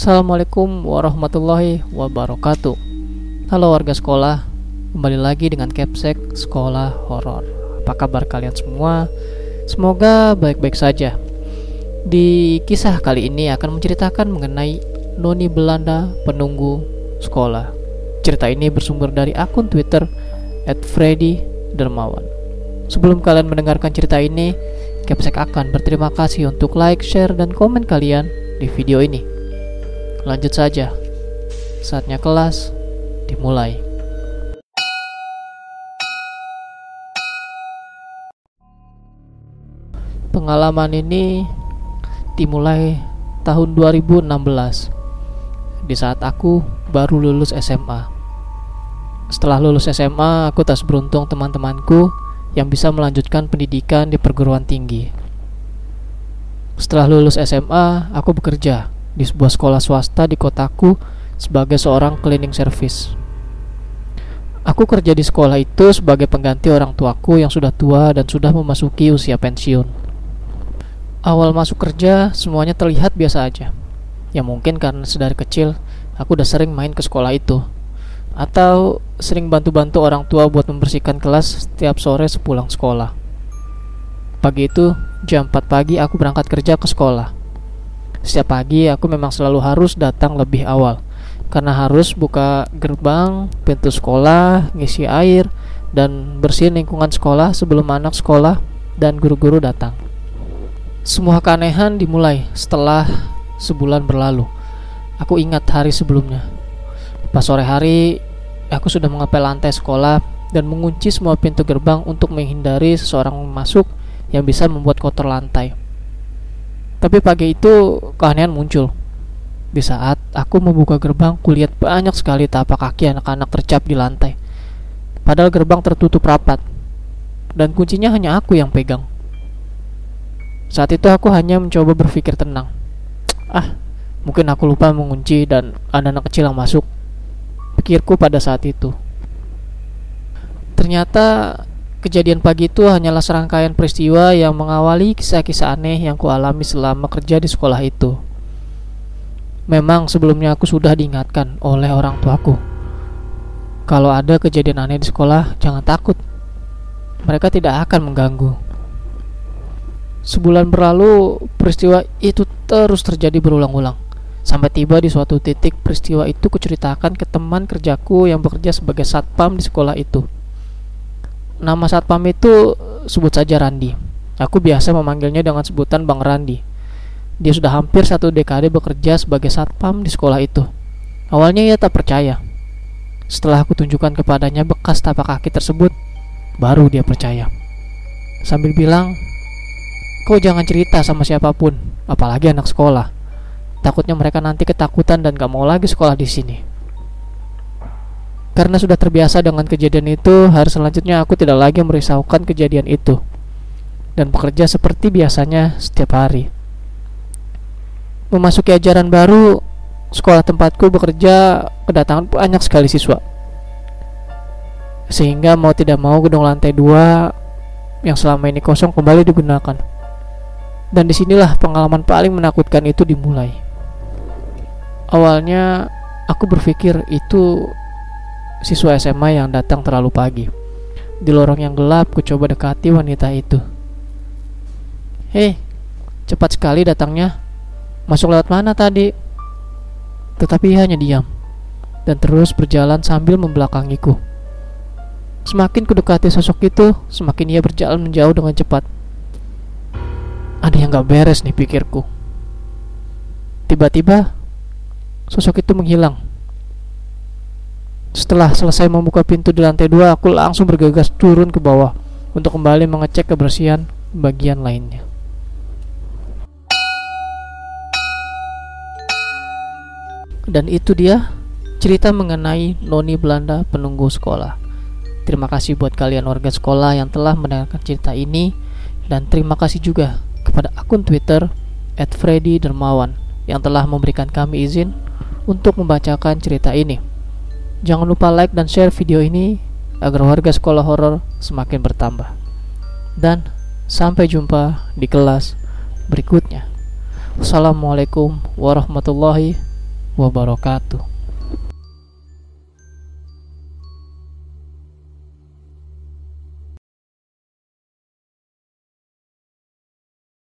Assalamualaikum warahmatullahi wabarakatuh. Halo warga sekolah, kembali lagi dengan Capsek Sekolah Horor. Apa kabar kalian semua? Semoga baik-baik saja. Di kisah kali ini akan menceritakan mengenai noni Belanda penunggu sekolah. Cerita ini bersumber dari akun Twitter @freddydermawan. Sebelum kalian mendengarkan cerita ini, Capsek akan berterima kasih untuk like, share, dan komen kalian di video ini. Lanjut saja, saatnya kelas dimulai. Pengalaman ini dimulai tahun 2016, di saat aku baru lulus SMA. Setelah lulus SMA, aku tak seberuntung teman-temanku yang bisa melanjutkan pendidikan di perguruan tinggi. Setelah lulus SMA, aku bekerja di sebuah sekolah swasta di kotaku sebagai seorang cleaning service. Aku kerja di sekolah itu sebagai pengganti orang tuaku yang sudah tua dan sudah memasuki usia pensiun. Awal masuk kerja semuanya terlihat biasa aja. Ya mungkin karena sedari kecil aku udah sering main ke sekolah itu, atau sering bantu-bantu orang tua buat membersihkan kelas setiap sore sepulang sekolah. Pagi itu jam 4 pagi aku berangkat kerja ke sekolah. Setiap pagi aku memang selalu harus datang lebih awal, karena harus buka gerbang, pintu sekolah, ngisi air, dan bersihin lingkungan sekolah sebelum anak sekolah dan guru-guru datang. Semua keanehan dimulai setelah sebulan berlalu. Aku ingat hari sebelumnya. Pas sore hari, aku sudah mengepel lantai sekolah dan mengunci semua pintu gerbang untuk menghindari seseorang masuk yang bisa membuat kotor lantai. Tapi pagi itu keanehan muncul. Di saat aku membuka gerbang, kulihat banyak sekali tapak kaki anak-anak tercap di lantai. Padahal gerbang tertutup rapat dan kuncinya hanya aku yang pegang. Saat itu aku hanya mencoba berpikir tenang. Mungkin aku lupa mengunci dan ada anak kecil yang masuk, pikirku pada saat itu. Ternyata kejadian pagi itu hanyalah serangkaian peristiwa yang mengawali kisah-kisah aneh yang kualami selama kerja di sekolah itu. Memang sebelumnya aku sudah diingatkan oleh orang tuaku, kalau ada kejadian aneh di sekolah, jangan takut, mereka tidak akan mengganggu. Sebulan berlalu, peristiwa itu terus terjadi berulang-ulang. Sampai tiba di suatu titik peristiwa itu kuceritakan ke teman kerjaku yang bekerja sebagai satpam di sekolah itu. Nama satpam itu sebut saja Randi. Aku biasa memanggilnya dengan sebutan Bang Randi. Dia sudah hampir 1 dekade bekerja sebagai satpam di sekolah itu. Awalnya ia tak percaya. Setelah aku tunjukkan kepadanya bekas tapak kaki tersebut, baru dia percaya. Sambil bilang, "Kau jangan cerita sama siapapun, apalagi anak sekolah. Takutnya mereka nanti ketakutan dan gak mau lagi sekolah di sini." Karena sudah terbiasa dengan kejadian itu, hari selanjutnya aku tidak lagi merisaukan kejadian itu dan bekerja seperti biasanya setiap hari. Memasuki ajaran baru, sekolah tempatku bekerja kedatangan banyak sekali siswa, sehingga mau tidak mau gedung lantai 2 yang selama ini kosong kembali digunakan. Dan disinilah pengalaman paling menakutkan itu dimulai. Awalnya aku berpikir itu siswa SMA yang datang terlalu pagi. Di lorong yang gelap, ku coba dekati wanita itu. "Hei, cepat sekali datangnya. Masuk lewat mana tadi?" Tetapi ia hanya diam dan terus berjalan sambil membelakangiku. Semakin ku dekati sosok itu, semakin ia berjalan menjauh dengan cepat. Ada yang gak beres nih, pikirku. Tiba-tiba sosok itu menghilang. Setelah selesai membuka pintu di lantai 2, aku langsung bergegas turun ke bawah untuk kembali mengecek kebersihan bagian lainnya. Dan itu dia cerita mengenai noni Belanda penunggu sekolah. Terima kasih buat kalian warga sekolah yang telah mendengarkan cerita ini, dan terima kasih juga kepada akun Twitter @freddydermawan yang telah memberikan kami izin untuk membacakan cerita ini. Jangan lupa like dan share video ini agar warga sekolah horor semakin bertambah. Dan sampai jumpa di kelas berikutnya. Wassalamualaikum warahmatullahi wabarakatuh.